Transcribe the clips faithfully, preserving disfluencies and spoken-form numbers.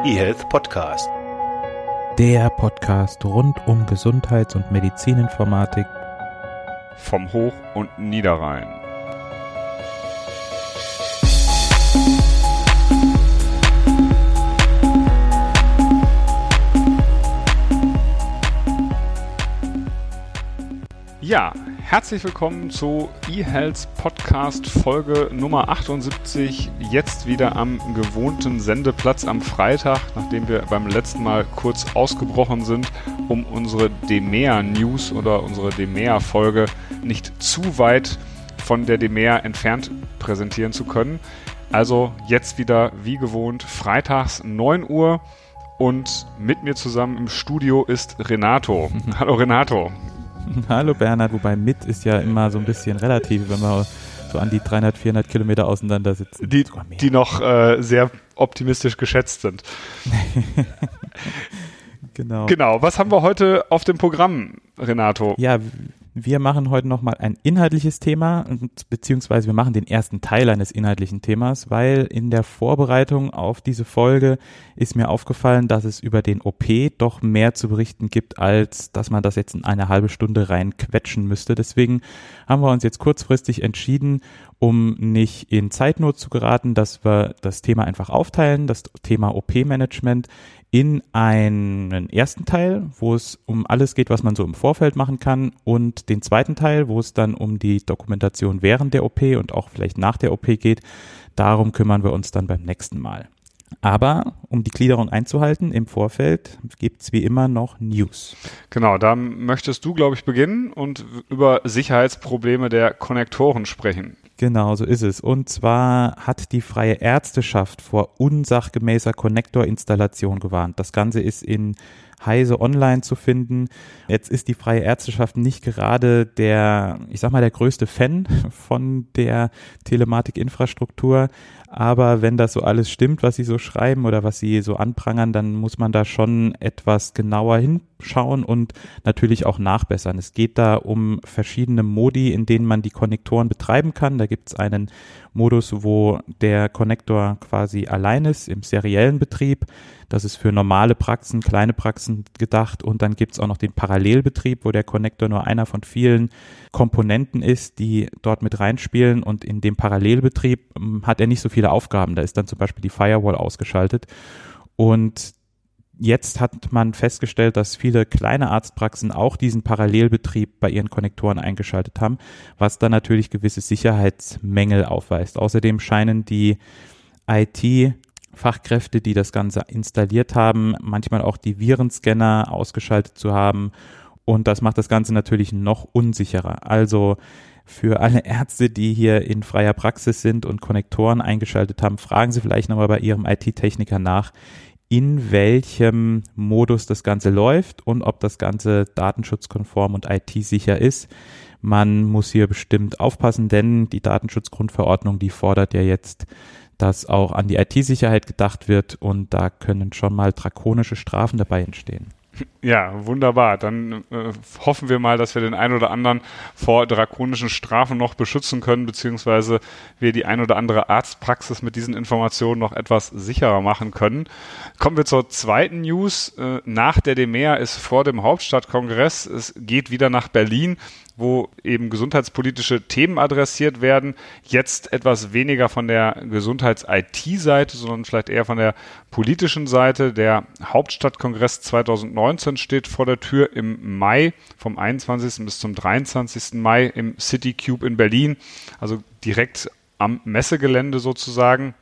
eHealth Podcast. Der Podcast rund um Gesundheits- und Medizininformatik vom Hoch- und Niederrhein. Ja, herzlich willkommen zu eHealth Podcast Folge Nummer achtundsiebzig, jetzt wieder am gewohnten Sendeplatz am Freitag, nachdem wir beim letzten Mal kurz ausgebrochen sind, um unsere DEMEA-News oder unsere DEMEA-Folge nicht zu weit von der DEMEA entfernt präsentieren zu können. Also jetzt wieder wie gewohnt freitags neun Uhr und mit mir zusammen im Studio ist Renato. Hallo Renato. Hallo Bernhard, wobei mit ist ja immer so ein bisschen relativ, wenn wir so an die dreihundert, vierhundert Kilometer auseinander sitzen. Die, die noch äh, sehr optimistisch geschätzt sind. Genau. Genau, was haben wir heute auf dem Programm, Renato? Ja, wir machen heute nochmal ein inhaltliches Thema, beziehungsweise wir machen den ersten Teil eines inhaltlichen Themas, weil in der Vorbereitung auf diese Folge ist mir aufgefallen, dass es über den O P doch mehr zu berichten gibt, als dass man das jetzt in eine halbe Stunde reinquetschen müsste. Deswegen haben wir uns jetzt kurzfristig entschieden, um nicht in Zeitnot zu geraten, dass wir das Thema einfach aufteilen, das Thema O P-Management in einen ersten Teil, wo es um alles geht, was man so im Vorfeld machen kann, und den zweiten Teil, wo es dann um die Dokumentation während der O P und auch vielleicht nach der O P geht. Darum kümmern wir uns dann beim nächsten Mal. Aber um die Gliederung einzuhalten, im Vorfeld gibt's wie immer noch News. Genau, da möchtest du, glaube ich, beginnen und über Sicherheitsprobleme der Konnektoren sprechen. Genau, so ist es. Und zwar hat die Freie Ärzteschaft vor unsachgemäßer Konnektorinstallation gewarnt. Das Ganze ist in Heise Online zu finden. Jetzt ist die Freie Ärzteschaft nicht gerade der, ich sag mal, der größte Fan von der Telematikinfrastruktur. Aber wenn das so alles stimmt, was sie so schreiben oder was sie so anprangern, dann muss man da schon etwas genauer hinschauen und natürlich auch nachbessern. Es geht da um verschiedene Modi, in denen man die Konnektoren betreiben kann. Da gibt es einen Modus, wo der Konnektor quasi allein ist im seriellen Betrieb. Das ist für normale Praxen, kleine Praxen gedacht. Und dann gibt es auch noch den Parallelbetrieb, wo der Konnektor nur einer von vielen Komponenten ist, die dort mit reinspielen. Und in dem Parallelbetrieb hat er nicht so viele Aufgaben. Da ist dann zum Beispiel die Firewall ausgeschaltet. Und jetzt hat man festgestellt, dass viele kleine Arztpraxen auch diesen Parallelbetrieb bei ihren Konnektoren eingeschaltet haben, was dann natürlich gewisse Sicherheitsmängel aufweist. Außerdem scheinen die I T Fachkräfte, die das Ganze installiert haben, manchmal auch die Virenscanner ausgeschaltet zu haben, und das macht das Ganze natürlich noch unsicherer. Also für alle Ärzte, die hier in freier Praxis sind und Konnektoren eingeschaltet haben, fragen Sie vielleicht nochmal bei Ihrem I T-Techniker nach, in welchem Modus das Ganze läuft und ob das Ganze datenschutzkonform und I T-sicher ist. Man muss hier bestimmt aufpassen, denn die Datenschutzgrundverordnung, die fordert ja jetzt, dass auch an die I T-Sicherheit gedacht wird, und da können schon mal drakonische Strafen dabei entstehen. Ja, wunderbar. Dann äh, hoffen wir mal, dass wir den einen oder anderen vor drakonischen Strafen noch beschützen können, beziehungsweise wir die ein oder andere Arztpraxis mit diesen Informationen noch etwas sicherer machen können. Kommen wir zur zweiten News. Äh, nach der DEMEA ist vor dem Hauptstadtkongress. Es geht wieder nach Berlin, wo eben gesundheitspolitische Themen adressiert werden. Jetzt etwas weniger von der Gesundheits-I T-Seite, sondern vielleicht eher von der politischen Seite. Der Hauptstadtkongress zweitausendneunzehn steht vor der Tür im Mai, vom einundzwanzigsten bis zum dreiundzwanzigsten Mai im City Cube in Berlin, also direkt am Messegelände sozusagen.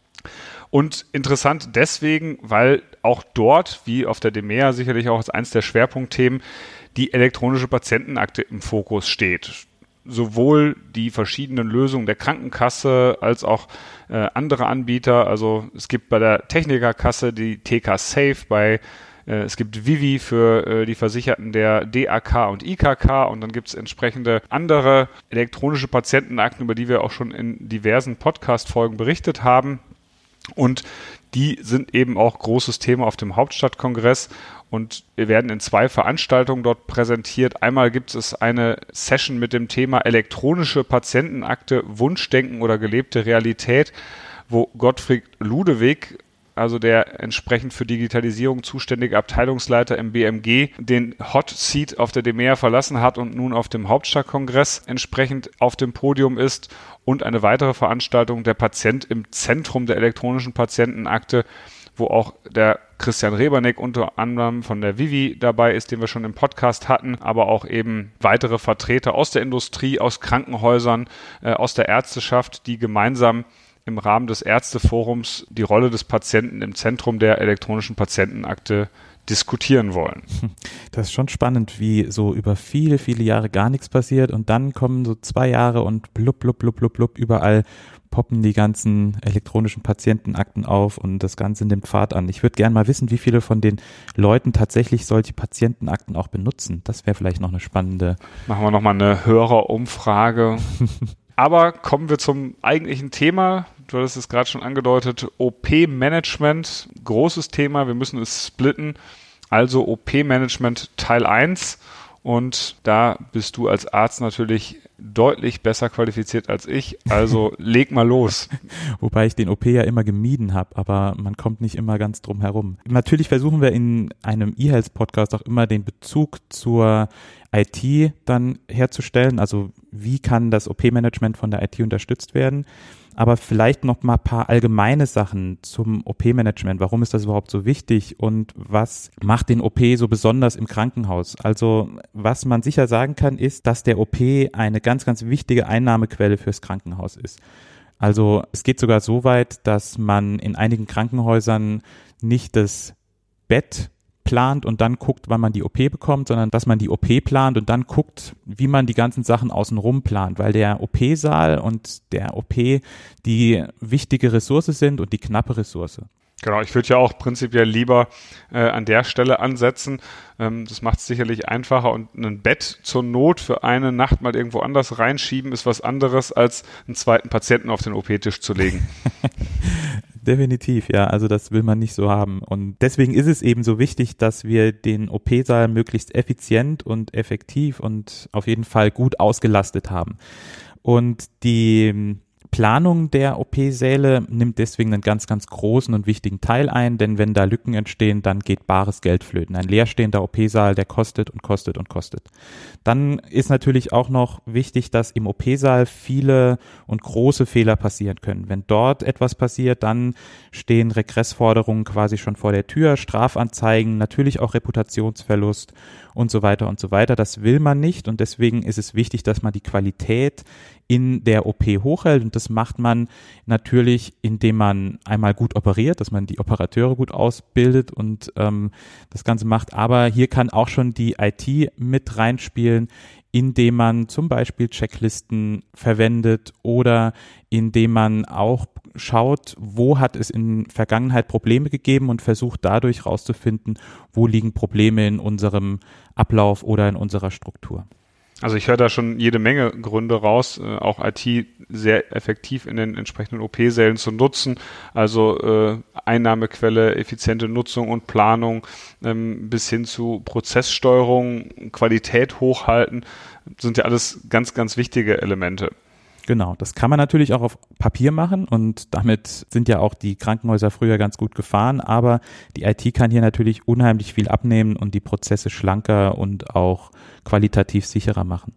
Und interessant deswegen, weil auch dort, wie auf der DEMEA sicherlich auch als eines der Schwerpunktthemen, die elektronische Patientenakte im Fokus steht. Sowohl die verschiedenen Lösungen der Krankenkasse als auch äh, andere Anbieter. Also es gibt bei der Technikerkasse die T K Safe, bei äh, es gibt Vivi für äh, die Versicherten der D A K und I K K, und dann gibt es entsprechende andere elektronische Patientenakten, über die wir auch schon in diversen Podcast-Folgen berichtet haben. Und die sind eben auch großes Thema auf dem Hauptstadtkongress, und wir werden in zwei Veranstaltungen dort präsentiert. Einmal gibt es eine Session mit dem Thema elektronische Patientenakte, Wunschdenken oder gelebte Realität, wo Gottfried Ludewig also der entsprechend für Digitalisierung zuständige Abteilungsleiter im B M G, den Hot Seat auf der DEMEA verlassen hat und nun auf dem Hauptstadtkongress entsprechend auf dem Podium ist. Und eine weitere Veranstaltung, der Patient im Zentrum der elektronischen Patientenakte, wo auch der Christian Rebernick unter anderem von der Vivi dabei ist, den wir schon im Podcast hatten, aber auch eben weitere Vertreter aus der Industrie, aus Krankenhäusern, äh, aus der Ärzteschaft, die gemeinsam im Rahmen des Ärzteforums die Rolle des Patienten im Zentrum der elektronischen Patientenakte diskutieren wollen. Das ist schon spannend, wie so über viele, viele Jahre gar nichts passiert und dann kommen so zwei Jahre und blub, blub, blub, blub, blub, überall poppen die ganzen elektronischen Patientenakten auf und das Ganze nimmt Fahrt an. Ich würde gerne mal wissen, wie viele von den Leuten tatsächlich solche Patientenakten auch benutzen. Das wäre vielleicht noch eine spannende... Machen wir nochmal eine Hörerumfrage. Aber kommen wir zum eigentlichen Thema. Du hattest es gerade schon angedeutet, O P-Management, großes Thema, wir müssen es splitten. Also O P-Management Teil eins. Und da bist du als Arzt natürlich deutlich besser qualifiziert als ich. Also leg mal los. Wobei ich den O P ja immer gemieden habe, aber man kommt nicht immer ganz drum herum. Natürlich versuchen wir in einem eHealth-Podcast auch immer den Bezug zur I T dann herzustellen. Also wie kann das O P-Management von der I T unterstützt werden? Aber vielleicht noch mal ein paar allgemeine Sachen zum O P-Management. Warum ist das überhaupt so wichtig und was macht den O P so besonders im Krankenhaus? Also was man sicher sagen kann, ist, dass der O P eine ganz, ganz wichtige Einnahmequelle fürs Krankenhaus ist. Also es geht sogar so weit, dass man in einigen Krankenhäusern nicht das Bett plant und dann guckt, wann man die O P bekommt, sondern dass man die O P plant und dann guckt, wie man die ganzen Sachen außenrum plant, weil der O P-Saal und der O P die wichtige Ressource sind und die knappe Ressource. Genau, ich würde ja auch prinzipiell lieber äh, an der Stelle ansetzen. Ähm, das macht es sicherlich einfacher und ein Bett zur Not für eine Nacht mal irgendwo anders reinschieben ist was anderes, als einen zweiten Patienten auf den O P-Tisch zu legen. Definitiv, ja. Also das will man nicht so haben. Und deswegen ist es eben so wichtig, dass wir den O P-Saal möglichst effizient und effektiv und auf jeden Fall gut ausgelastet haben. Und die Planung der O P-Säle nimmt deswegen einen ganz, ganz großen und wichtigen Teil ein, denn wenn da Lücken entstehen, dann geht bares Geld flöten. Ein leerstehender O P-Saal, der kostet und kostet und kostet. Dann ist natürlich auch noch wichtig, dass im O P-Saal viele und große Fehler passieren können. Wenn dort etwas passiert, dann stehen Regressforderungen quasi schon vor der Tür, Strafanzeigen, natürlich auch Reputationsverlust und so weiter und so weiter. Das will man nicht und deswegen ist es wichtig, dass man die Qualität in der O P hochhält und das macht man natürlich, indem man einmal gut operiert, dass man die Operateure gut ausbildet und ähm, das Ganze macht, aber hier kann auch schon die I T mit reinspielen, indem man zum Beispiel Checklisten verwendet oder indem man auch schaut, wo hat es in Vergangenheit Probleme gegeben und versucht dadurch rauszufinden, wo liegen Probleme in unserem Ablauf oder in unserer Struktur. Also ich höre da schon jede Menge Gründe raus, äh, auch I T sehr effektiv in den entsprechenden O P-Sälen zu nutzen, also äh, Einnahmequelle, effiziente Nutzung und Planung ähm, bis hin zu Prozesssteuerung, Qualität hochhalten, sind ja alles ganz, ganz wichtige Elemente. Genau, das kann man natürlich auch auf Papier machen und damit sind ja auch die Krankenhäuser früher ganz gut gefahren, aber die I T kann hier natürlich unheimlich viel abnehmen und die Prozesse schlanker und auch qualitativ sicherer machen.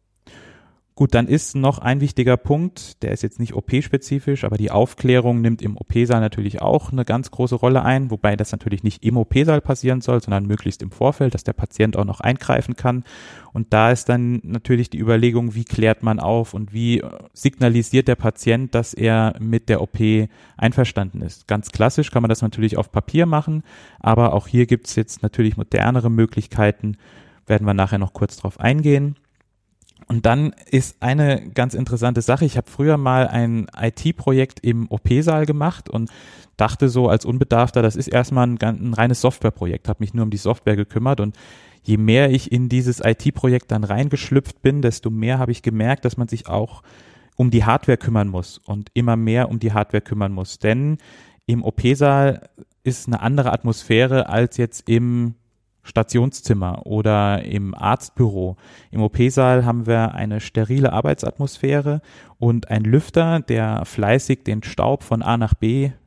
Gut, dann ist noch ein wichtiger Punkt, der ist jetzt nicht O P-spezifisch, aber die Aufklärung nimmt im O P-Saal natürlich auch eine ganz große Rolle ein, wobei das natürlich nicht im O P-Saal passieren soll, sondern möglichst im Vorfeld, dass der Patient auch noch eingreifen kann. Und da ist dann natürlich die Überlegung, wie klärt man auf und wie signalisiert der Patient, dass er mit der O P einverstanden ist. Ganz klassisch kann man das natürlich auf Papier machen, aber auch hier gibt es jetzt natürlich modernere Möglichkeiten, werden wir nachher noch kurz drauf eingehen. Und dann ist eine ganz interessante Sache, ich habe früher mal ein I T-Projekt im O P-Saal gemacht und dachte so als Unbedarfter, das ist erstmal ein, ein reines Softwareprojekt, habe mich nur um die Software gekümmert und je mehr ich in dieses I T-Projekt dann reingeschlüpft bin, desto mehr habe ich gemerkt, dass man sich auch um die Hardware kümmern muss und immer mehr um die Hardware kümmern muss, denn im O P-Saal ist eine andere Atmosphäre als jetzt im Stationszimmer oder im Arztbüro. Im O P-Saal haben wir eine sterile Arbeitsatmosphäre und einen Lüfter, der fleißig den Staub von A nach B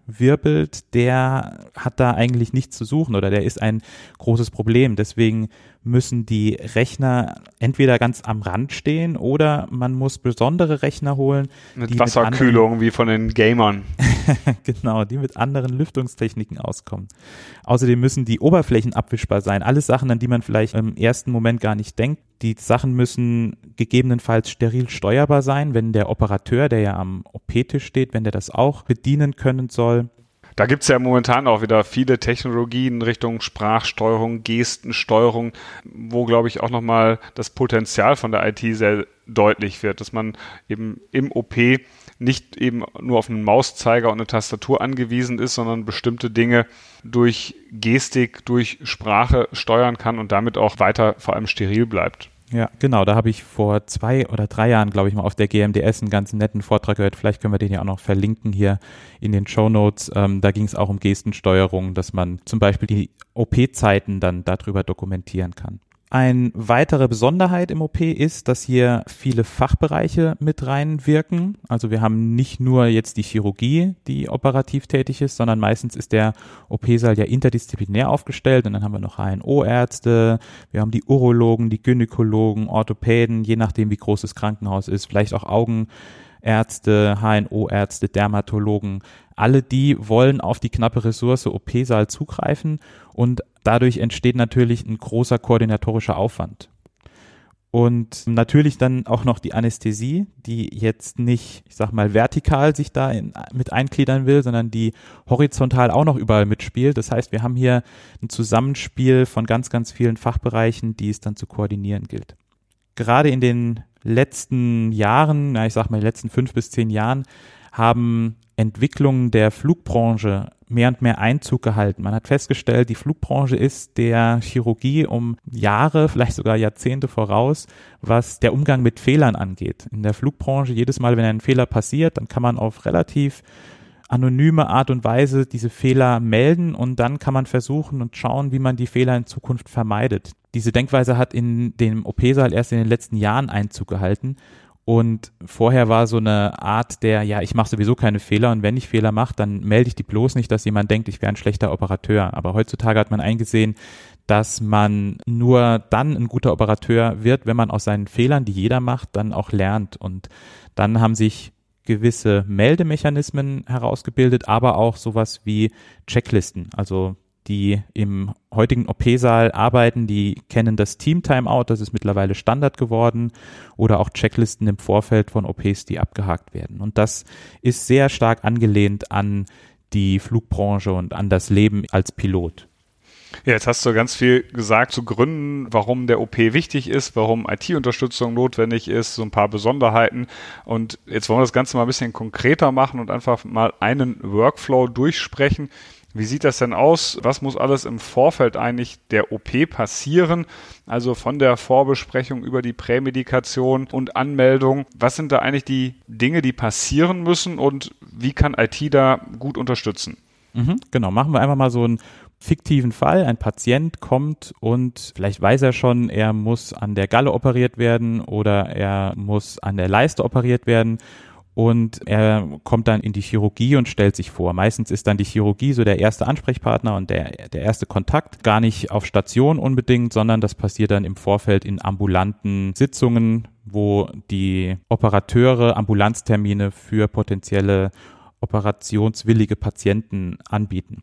wirbelt, der hat da eigentlich nichts zu suchen oder der ist ein großes Problem. Deswegen müssen die Rechner entweder ganz am Rand stehen oder man muss besondere Rechner holen. Mit die Wasserkühlung mit wie von den Gamern. Genau, die mit anderen Lüftungstechniken auskommen. Außerdem müssen die Oberflächen abwischbar sein. Alles Sachen, an die man vielleicht im ersten Moment gar nicht denkt. Die Sachen müssen gegebenenfalls steril steuerbar sein, wenn der Operateur, der ja am O P-Tisch steht, wenn der das auch bedienen können soll. Da gibt es ja momentan auch wieder viele Technologien Richtung Sprachsteuerung, Gestensteuerung, wo, glaube ich, auch nochmal das Potenzial von der I T sehr deutlich wird, dass man eben im O P nicht eben nur auf einen Mauszeiger und eine Tastatur angewiesen ist, sondern bestimmte Dinge durch Gestik, durch Sprache steuern kann und damit auch weiter vor allem steril bleibt. Ja, genau, da habe ich vor zwei oder drei Jahren, glaube ich, mal auf der G M D S einen ganz netten Vortrag gehört. Vielleicht können wir den ja auch noch verlinken hier in den Shownotes. Ähm, da ging es auch um Gestensteuerung, dass man zum Beispiel die O P-Zeiten dann darüber dokumentieren kann. Eine weitere Besonderheit im O P ist, dass hier viele Fachbereiche mit reinwirken. Also wir haben nicht nur jetzt die Chirurgie, die operativ tätig ist, sondern meistens ist der O P-Saal ja interdisziplinär aufgestellt und dann haben wir noch H N O-Ärzte, wir haben die Urologen, die Gynäkologen, Orthopäden, je nachdem wie groß das Krankenhaus ist, vielleicht auch Augenärzte, H N O-Ärzte, Dermatologen. Alle die wollen auf die knappe Ressource O P-Saal zugreifen und dadurch entsteht natürlich ein großer koordinatorischer Aufwand. Und natürlich dann auch noch die Anästhesie, die jetzt nicht, ich sag mal, vertikal sich da in, mit eingliedern will, sondern die horizontal auch noch überall mitspielt. Das heißt, wir haben hier ein Zusammenspiel von ganz, ganz vielen Fachbereichen, die es dann zu koordinieren gilt. Gerade in den letzten Jahren, na, ich sag mal, in den letzten fünf bis zehn Jahren, haben Entwicklungen der Flugbranche mehr und mehr Einzug gehalten. Man hat festgestellt, die Flugbranche ist der Chirurgie um Jahre, vielleicht sogar Jahrzehnte voraus, was der Umgang mit Fehlern angeht. In der Flugbranche, jedes Mal, wenn ein Fehler passiert, dann kann man auf relativ anonyme Art und Weise diese Fehler melden und dann kann man versuchen und schauen, wie man die Fehler in Zukunft vermeidet. Diese Denkweise hat in dem O P-Saal erst in den letzten Jahren Einzug gehalten. Und vorher war so eine Art der, ja, ich mache sowieso keine Fehler und wenn ich Fehler mache, dann melde ich die bloß nicht, dass jemand denkt, ich wäre ein schlechter Operateur. Aber heutzutage hat man eingesehen, dass man nur dann ein guter Operateur wird, wenn man aus seinen Fehlern, die jeder macht, dann auch lernt. Und dann haben sich gewisse Meldemechanismen herausgebildet, aber auch sowas wie Checklisten. Also die im heutigen O P-Saal arbeiten, die kennen das Team-Timeout, das ist mittlerweile Standard geworden, oder auch Checklisten im Vorfeld von O Ps, die abgehakt werden. Und das ist sehr stark angelehnt an die Flugbranche und an das Leben als Pilot. Ja, jetzt hast du ganz viel gesagt zu Gründen, warum der O P wichtig ist, warum I T-Unterstützung notwendig ist, so ein paar Besonderheiten. Und jetzt wollen wir das Ganze mal ein bisschen konkreter machen und einfach mal einen Workflow durchsprechen. Wie sieht das denn aus? Was muss alles im Vorfeld eigentlich der O P passieren? Also von der Vorbesprechung über die Prämedikation und Anmeldung. Was sind da eigentlich die Dinge, die passieren müssen und wie kann I T da gut unterstützen? Mhm, genau, machen wir einfach mal so einen fiktiven Fall. Ein Patient kommt und vielleicht weiß er schon, er muss an der Galle operiert werden oder er muss an der Leiste operiert werden. Und er kommt dann in die Chirurgie und stellt sich vor. Meistens ist dann die Chirurgie so der erste Ansprechpartner und der, der erste Kontakt. Gar nicht auf Station unbedingt, sondern das passiert dann im Vorfeld in ambulanten Sitzungen, wo die Operateure Ambulanztermine für potenzielle operationswillige Patienten anbieten.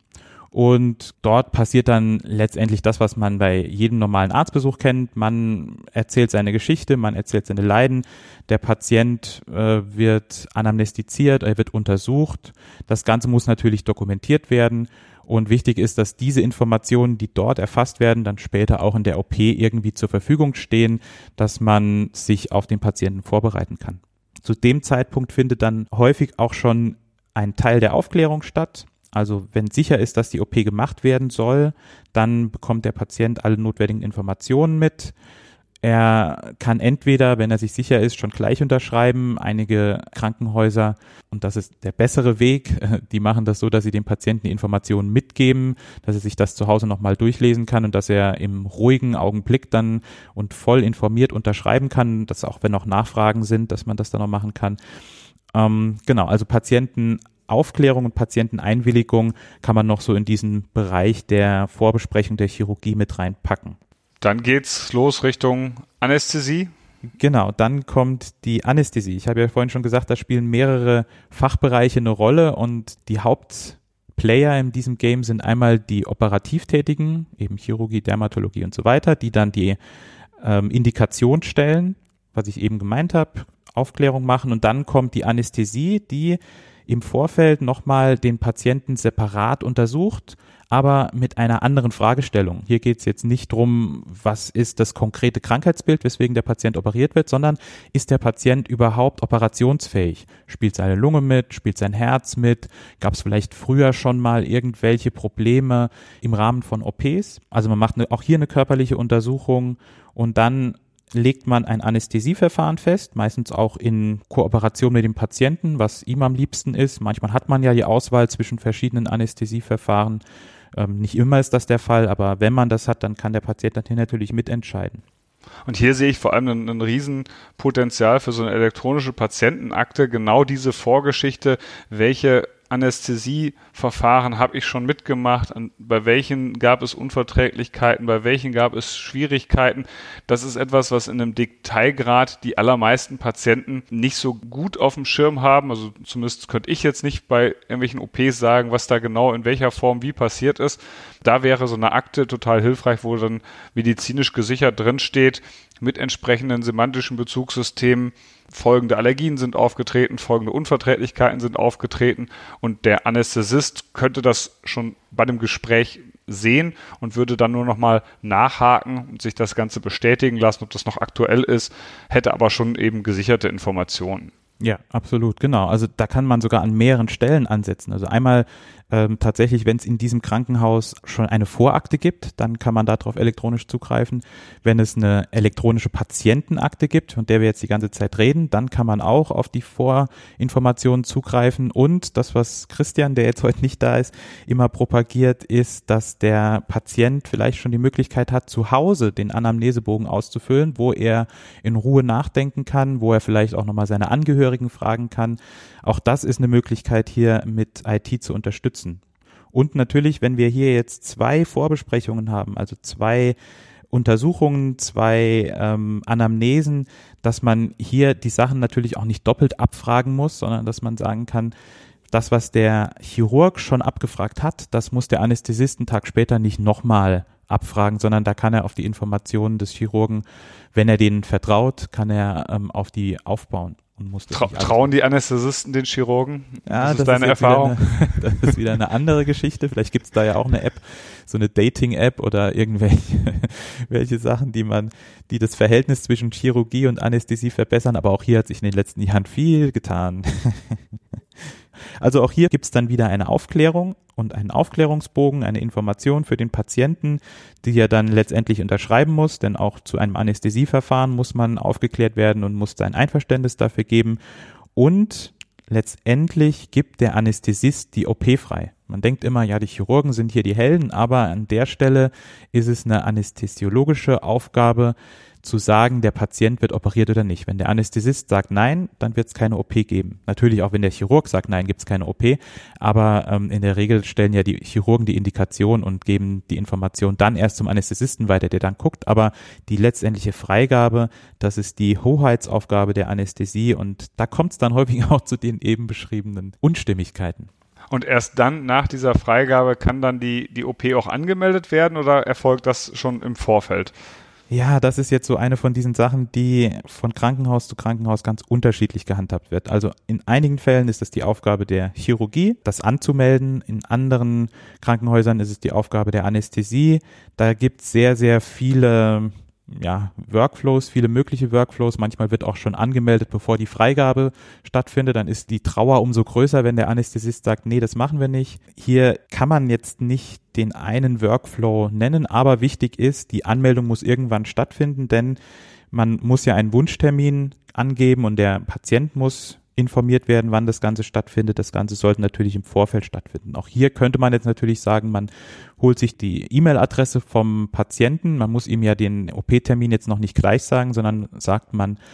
Und dort passiert dann letztendlich das, was man bei jedem normalen Arztbesuch kennt. Man erzählt seine Geschichte, man erzählt seine Leiden. Der Patient äh, wird anamnestiziert, er wird untersucht. Das Ganze muss natürlich dokumentiert werden. Und wichtig ist, dass diese Informationen, die dort erfasst werden, dann später auch in der O P irgendwie zur Verfügung stehen, dass man sich auf den Patienten vorbereiten kann. Zu dem Zeitpunkt findet dann häufig auch schon ein Teil der Aufklärung statt. Also wenn sicher ist, dass die O P gemacht werden soll, dann bekommt der Patient alle notwendigen Informationen mit. Er kann entweder, wenn er sich sicher ist, schon gleich unterschreiben. Einige Krankenhäuser, und das ist der bessere Weg, die machen das so, dass sie dem Patienten die Informationen mitgeben, dass er sich das zu Hause nochmal durchlesen kann und dass er im ruhigen Augenblick dann und voll informiert unterschreiben kann, dass auch wenn noch Nachfragen sind, dass man das dann noch machen kann. Ähm, genau, also Patienten Aufklärung und Patienteneinwilligung kann man noch so in diesen Bereich der Vorbesprechung der Chirurgie mit reinpacken. Dann geht's los Richtung Anästhesie. Genau, dann kommt die Anästhesie. Ich habe ja vorhin schon gesagt, da spielen mehrere Fachbereiche eine Rolle und die Hauptplayer in diesem Game sind einmal die Operativtätigen, eben Chirurgie, Dermatologie und so weiter, die dann die ähm, Indikation stellen, was ich eben gemeint habe, Aufklärung machen, und dann kommt die Anästhesie, die im Vorfeld nochmal den Patienten separat untersucht, aber mit einer anderen Fragestellung. Hier geht es jetzt nicht drum, was ist das konkrete Krankheitsbild, weswegen der Patient operiert wird, sondern ist der Patient überhaupt operationsfähig? Spielt seine Lunge mit? Spielt sein Herz mit? Gab es vielleicht früher schon mal irgendwelche Probleme im Rahmen von O Ps? Also man macht eine, auch hier eine körperliche Untersuchung und dann legt man ein Anästhesieverfahren fest, meistens auch in Kooperation mit dem Patienten, was ihm am liebsten ist. Manchmal hat man ja die Auswahl zwischen verschiedenen Anästhesieverfahren. Ähm, nicht immer ist das der Fall, aber wenn man das hat, dann kann der Patient dann hier natürlich mitentscheiden. Und hier sehe ich vor allem ein, ein Riesenpotenzial für so eine elektronische Patientenakte, genau diese Vorgeschichte, welche Anästhesieverfahren habe ich schon mitgemacht, an, bei welchen gab es Unverträglichkeiten, bei welchen gab es Schwierigkeiten. Das ist etwas, was in einem Detailgrad die allermeisten Patienten nicht so gut auf dem Schirm haben. Also zumindest könnte ich jetzt nicht bei irgendwelchen O Ps sagen, was da genau in welcher Form wie passiert ist. Da wäre so eine Akte total hilfreich, wo dann medizinisch gesichert drinsteht, mit entsprechenden semantischen Bezugssystemen, folgende Allergien sind aufgetreten, folgende Unverträglichkeiten sind aufgetreten, und der Anästhesist könnte das schon bei dem Gespräch sehen und würde dann nur nochmal nachhaken und sich das Ganze bestätigen lassen, ob das noch aktuell ist, hätte aber schon eben gesicherte Informationen. Ja, absolut, genau. Also da kann man sogar an mehreren Stellen ansetzen. Also einmal ähm, tatsächlich, wenn es in diesem Krankenhaus schon eine Vorakte gibt, dann kann man darauf elektronisch zugreifen. Wenn es eine elektronische Patientenakte gibt, von der wir jetzt die ganze Zeit reden, dann kann man auch auf die Vorinformationen zugreifen. Und das, was Christian, der jetzt heute nicht da ist, immer propagiert, ist, dass der Patient vielleicht schon die Möglichkeit hat, zu Hause den Anamnesebogen auszufüllen, wo er in Ruhe nachdenken kann, wo er vielleicht auch nochmal seine Angehörigen fragen kann. Auch das ist eine Möglichkeit, hier mit I T zu unterstützen. Und natürlich, wenn wir hier jetzt zwei Vorbesprechungen haben, also zwei Untersuchungen, zwei ähm, Anamnesen, dass man hier die Sachen natürlich auch nicht doppelt abfragen muss, sondern dass man sagen kann, das, was der Chirurg schon abgefragt hat, das muss der Anästhesist einen Tag später nicht nochmal abfragen, sondern da kann er auf die Informationen des Chirurgen, wenn er denen vertraut, kann er ähm, auf die aufbauen. Und muss das Tra- trauen die Anästhesisten den Chirurgen? Ja, das ist das deine ist Erfahrung? Eine, das ist wieder eine andere Geschichte. Vielleicht gibt es da ja auch eine App, so eine Dating-App oder irgendwelche welche Sachen, die man, die das Verhältnis zwischen Chirurgie und Anästhesie verbessern. Aber auch hier hat sich in den letzten Jahren viel getan. Also auch hier gibt es dann wieder eine Aufklärung und einen Aufklärungsbogen, eine Information für den Patienten, die er dann letztendlich unterschreiben muss, denn auch zu einem Anästhesieverfahren muss man aufgeklärt werden und muss sein Einverständnis dafür geben. Und letztendlich gibt der Anästhesist die O P frei. Man denkt immer, ja, die Chirurgen sind hier die Helden, aber an der Stelle ist es eine anästhesiologische Aufgabe, zu sagen, der Patient wird operiert oder nicht. Wenn der Anästhesist sagt nein, dann wird es keine O P geben. Natürlich auch, wenn der Chirurg sagt nein, gibt es keine O P, aber ähm, in der Regel stellen ja die Chirurgen die Indikation und geben die Information dann erst zum Anästhesisten weiter, der dann guckt, aber die letztendliche Freigabe, das ist die Hoheitsaufgabe der Anästhesie, und da kommt es dann häufig auch zu den eben beschriebenen Unstimmigkeiten. Und erst dann, nach dieser Freigabe, kann dann die, die O P auch angemeldet werden, oder erfolgt das schon im Vorfeld? Ja, das ist jetzt so eine von diesen Sachen, die von Krankenhaus zu Krankenhaus ganz unterschiedlich gehandhabt wird. Also in einigen Fällen ist es die Aufgabe der Chirurgie, das anzumelden. In anderen Krankenhäusern ist es die Aufgabe der Anästhesie. Da gibt es sehr, sehr viele ja, Workflows, viele mögliche Workflows. Manchmal wird auch schon angemeldet, bevor die Freigabe stattfindet. Dann ist die Trauer umso größer, wenn der Anästhesist sagt, nee, das machen wir nicht. Hier kann man jetzt nicht den einen Workflow nennen, aber wichtig ist, die Anmeldung muss irgendwann stattfinden, denn man muss ja einen Wunschtermin angeben und der Patient muss informiert werden, wann das Ganze stattfindet. Das Ganze sollte natürlich im Vorfeld stattfinden. Auch hier könnte man jetzt natürlich sagen, man holt sich die E-Mail-Adresse vom Patienten. Man muss ihm ja den O P-Termin jetzt noch nicht gleich sagen, sondern sagt man,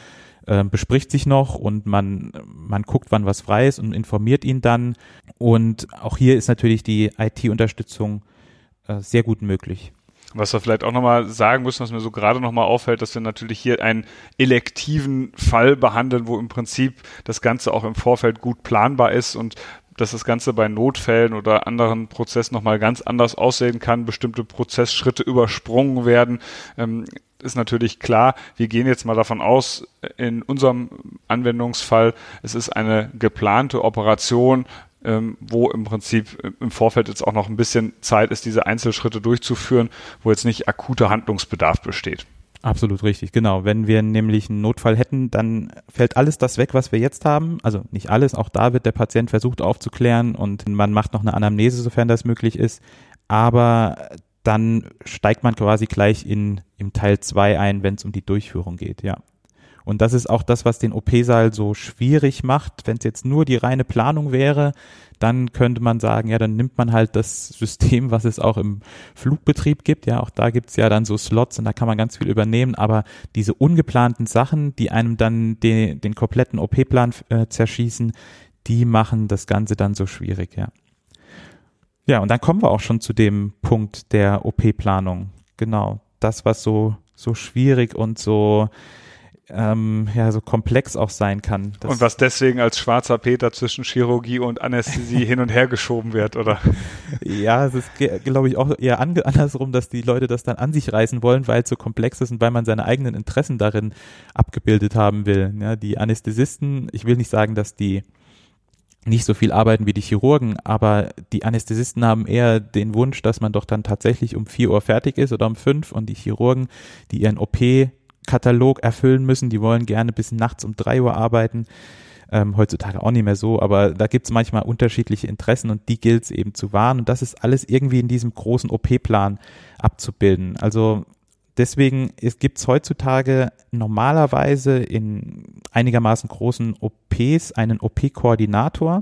äh, bespricht sich noch und man, man guckt, wann was frei ist und informiert ihn dann. Und auch hier ist natürlich die I T-Unterstützung äh, sehr gut möglich. Was wir vielleicht auch nochmal sagen müssen, was mir so gerade nochmal auffällt, dass wir natürlich hier einen elektiven Fall behandeln, wo im Prinzip das Ganze auch im Vorfeld gut planbar ist und dass das Ganze bei Notfällen oder anderen Prozessen nochmal ganz anders aussehen kann, bestimmte Prozessschritte übersprungen werden, ähm, ist natürlich klar. Wir gehen jetzt mal davon aus, in unserem Anwendungsfall, es ist eine geplante Operation, ähm, wo im Prinzip im Vorfeld jetzt auch noch ein bisschen Zeit ist, diese Einzelschritte durchzuführen, wo jetzt nicht akuter Handlungsbedarf besteht. Absolut richtig, genau. Wenn wir nämlich einen Notfall hätten, dann fällt alles das weg, was wir jetzt haben. Also nicht alles, auch da wird der Patient versucht aufzuklären und man macht noch eine Anamnese, sofern das möglich ist. Aber dann steigt man quasi gleich in im Teil zwei ein, wenn es um die Durchführung geht, ja. Und das ist auch das, was den O P-Saal so schwierig macht. Wenn es jetzt nur die reine Planung wäre, dann könnte man sagen, ja, dann nimmt man halt das System, was es auch im Flugbetrieb gibt. Ja, auch da gibt's ja dann so Slots und da kann man ganz viel übernehmen. Aber diese ungeplanten Sachen, die einem dann den, den kompletten O P-Plan äh, zerschießen, die machen das Ganze dann so schwierig, ja. Ja, und dann kommen wir auch schon zu dem Punkt der O P-Planung. Genau, das, was so, so schwierig und so Ähm, ja, so komplex auch sein kann. Und was deswegen als schwarzer Peter zwischen Chirurgie und Anästhesie hin und her geschoben wird, oder? Ja, es ist, glaube ich, auch eher ange- andersrum, dass die Leute das dann an sich reißen wollen, weil es so komplex ist und weil man seine eigenen Interessen darin abgebildet haben will. Ja, die Anästhesisten, ich will nicht sagen, dass die nicht so viel arbeiten wie die Chirurgen, aber die Anästhesisten haben eher den Wunsch, dass man doch dann tatsächlich um vier Uhr fertig ist oder um fünf und die Chirurgen, die ihren O P Katalog erfüllen müssen, die wollen gerne bis nachts um drei Uhr arbeiten, ähm, heutzutage auch nicht mehr so, aber da gibt es manchmal unterschiedliche Interessen und die gilt es eben zu wahren und das ist alles irgendwie in diesem großen O P-Plan abzubilden. Also deswegen gibt es heutzutage normalerweise in einigermaßen großen O Ps einen O P-Koordinator,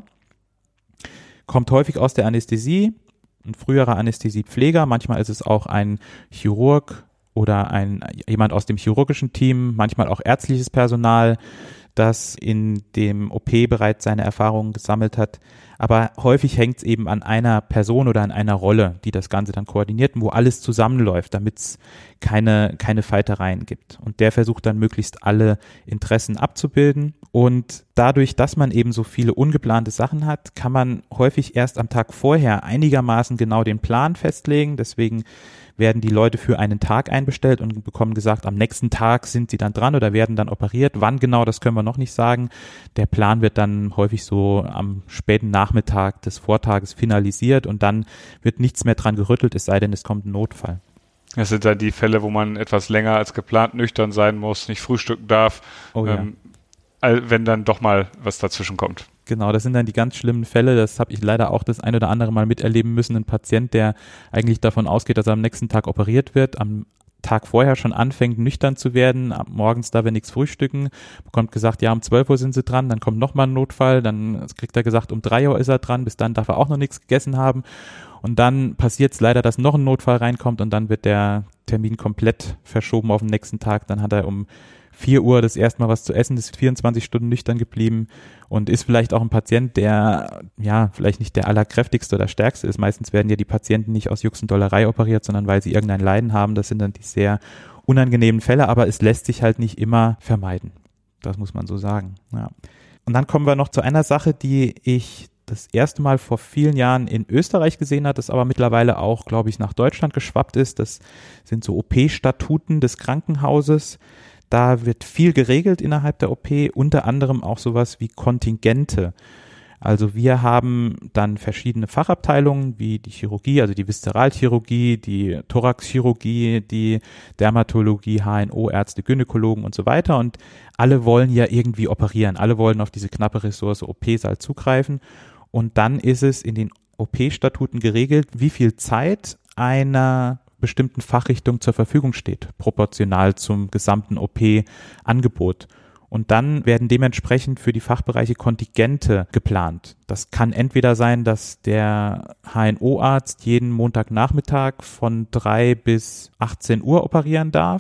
kommt häufig aus der Anästhesie, ein früherer Anästhesiepfleger, manchmal ist es auch ein Chirurg oder ein jemand aus dem chirurgischen Team, manchmal auch ärztliches Personal, das in dem O P bereits seine Erfahrungen gesammelt hat. Aber häufig hängt es eben an einer Person oder an einer Rolle, die das Ganze dann koordiniert und wo alles zusammenläuft, damit es keine, keine Fighterreien gibt. Und der versucht dann möglichst alle Interessen abzubilden. Und dadurch, dass man eben so viele ungeplante Sachen hat, kann man häufig erst am Tag vorher einigermaßen genau den Plan festlegen. Deswegen werden die Leute für einen Tag einbestellt und bekommen gesagt, am nächsten Tag sind sie dann dran oder werden dann operiert. Wann genau, das können wir noch nicht sagen. Der Plan wird dann häufig so am späten Nachmittag des Vortages finalisiert und dann wird nichts mehr dran gerüttelt, es sei denn, es kommt ein Notfall. Das sind dann die Fälle, wo man etwas länger als geplant nüchtern sein muss, nicht frühstücken darf, oh, ja. ähm, wenn dann doch mal was dazwischen kommt. Genau, das sind dann die ganz schlimmen Fälle. Das habe ich leider auch das ein oder andere Mal miterleben müssen. Ein Patient, der eigentlich davon ausgeht, dass er am nächsten Tag operiert wird, am Tag vorher schon anfängt, nüchtern zu werden, morgens darf er nichts frühstücken, bekommt gesagt, ja, um zwölf Uhr sind sie dran, dann kommt nochmal ein Notfall, dann kriegt er gesagt, um drei Uhr ist er dran, bis dann darf er auch noch nichts gegessen haben. Und dann passiert es leider, dass noch ein Notfall reinkommt und dann wird der Termin komplett verschoben auf den nächsten Tag. Dann hat er um vier Uhr das erste Mal was zu essen, ist vierundzwanzig Stunden nüchtern geblieben und ist vielleicht auch ein Patient, der ja vielleicht nicht der allerkräftigste oder stärkste ist. Meistens werden ja die Patienten nicht aus Jux und Dollerei operiert, sondern weil sie irgendein Leiden haben. Das sind dann die sehr unangenehmen Fälle, aber es lässt sich halt nicht immer vermeiden. Das muss man so sagen. Ja. Und dann kommen wir noch zu einer Sache, die ich das erste Mal vor vielen Jahren in Österreich gesehen hat, das aber mittlerweile auch, glaube ich, nach Deutschland geschwappt ist. Das sind so O P-Statuten des Krankenhauses. Da wird viel geregelt innerhalb der O P, unter anderem auch sowas wie Kontingente. Also wir haben dann verschiedene Fachabteilungen wie die Chirurgie, also die Viszeralchirurgie, die Thoraxchirurgie, die Dermatologie, H N O-Ärzte, Gynäkologen und so weiter. Und alle wollen ja irgendwie operieren. Alle wollen auf diese knappe Ressource O P-Saal zugreifen. Und dann ist es in den O P-Statuten geregelt, wie viel Zeit einer bestimmten Fachrichtung zur Verfügung steht, proportional zum gesamten O P-Angebot. Und dann werden dementsprechend für die Fachbereiche Kontingente geplant. Das kann entweder sein, dass der H N O-Arzt jeden Montagnachmittag von drei bis achtzehn Uhr operieren darf.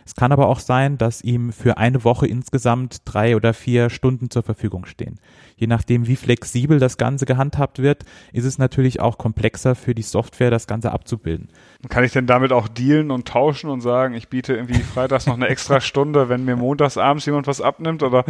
Es kann aber auch sein, dass ihm für eine Woche insgesamt drei oder vier Stunden zur Verfügung stehen. Je nachdem, wie flexibel das Ganze gehandhabt wird, ist es natürlich auch komplexer für die Software, das Ganze abzubilden. Kann ich denn damit auch dealen und tauschen und sagen, ich biete irgendwie freitags noch eine extra Stunde, wenn mir montags abends jemand was abnimmt, oder?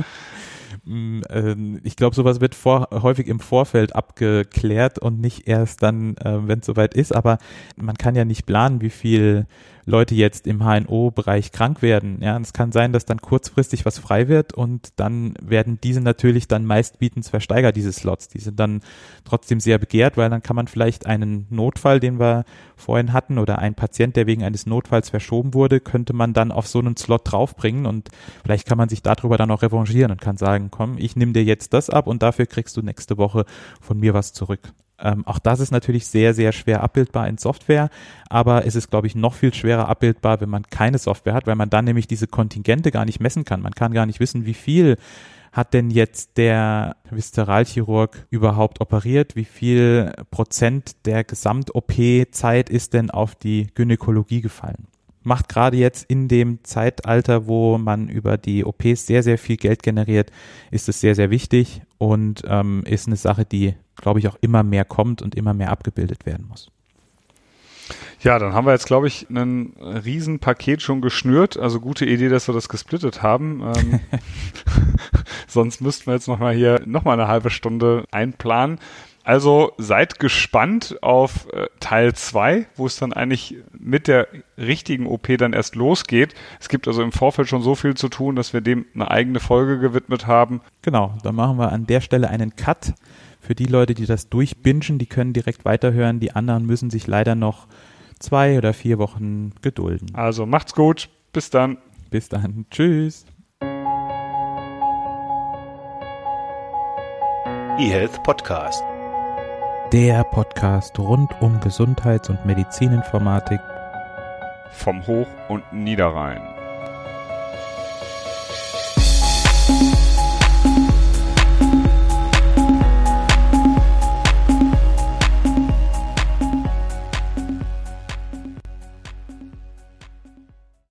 Ich glaube, sowas wird vor, häufig im Vorfeld abgeklärt und nicht erst dann, äh, wenn es soweit ist. Aber man kann ja nicht planen, wie viel Leute jetzt im H N O-Bereich krank werden. Ja, und es kann sein, dass dann kurzfristig was frei wird und dann werden diese natürlich dann meistbietend versteigert, diese Slots. Die sind dann trotzdem sehr begehrt, weil dann kann man vielleicht einen Notfall, den wir vorhin hatten, oder einen Patient, der wegen eines Notfalls verschoben wurde, könnte man dann auf so einen Slot draufbringen und vielleicht kann man sich darüber dann auch revanchieren und kann sagen, komm, ich nehme dir jetzt das ab und dafür kriegst du nächste Woche von mir was zurück. Ähm, auch das ist natürlich sehr, sehr schwer abbildbar in Software, aber es ist, glaube ich, noch viel schwerer abbildbar, wenn man keine Software hat, weil man dann nämlich diese Kontingente gar nicht messen kann. Man kann gar nicht wissen, wie viel hat denn jetzt der Viszeralchirurg überhaupt operiert, wie viel Prozent der Gesamt-O P-Zeit ist denn auf die Gynäkologie gefallen. Macht gerade jetzt in dem Zeitalter, wo man über die O Ps sehr, sehr viel Geld generiert, ist es sehr, sehr wichtig und ähm, ist eine Sache, die, glaube ich, auch immer mehr kommt und immer mehr abgebildet werden muss. Ja, dann haben wir jetzt, glaube ich, ein Riesenpaket schon geschnürt. Also gute Idee, dass wir das gesplittet haben. Ähm, sonst müssten wir jetzt nochmal hier nochmal eine halbe Stunde einplanen. Also seid gespannt auf äh, Teil zwei, wo es dann eigentlich mit der richtigen O P dann erst losgeht. Es gibt also im Vorfeld schon so viel zu tun, dass wir dem eine eigene Folge gewidmet haben. Genau, dann machen wir an der Stelle einen Cut. Für die Leute, die das durchbingen, die können direkt weiterhören. Die anderen müssen sich leider noch zwei oder vier Wochen gedulden. Also macht's gut. Bis dann. Bis dann. Tschüss. eHealth Podcast. Der Podcast rund um Gesundheits- und Medizininformatik vom Hoch- und Niederrhein.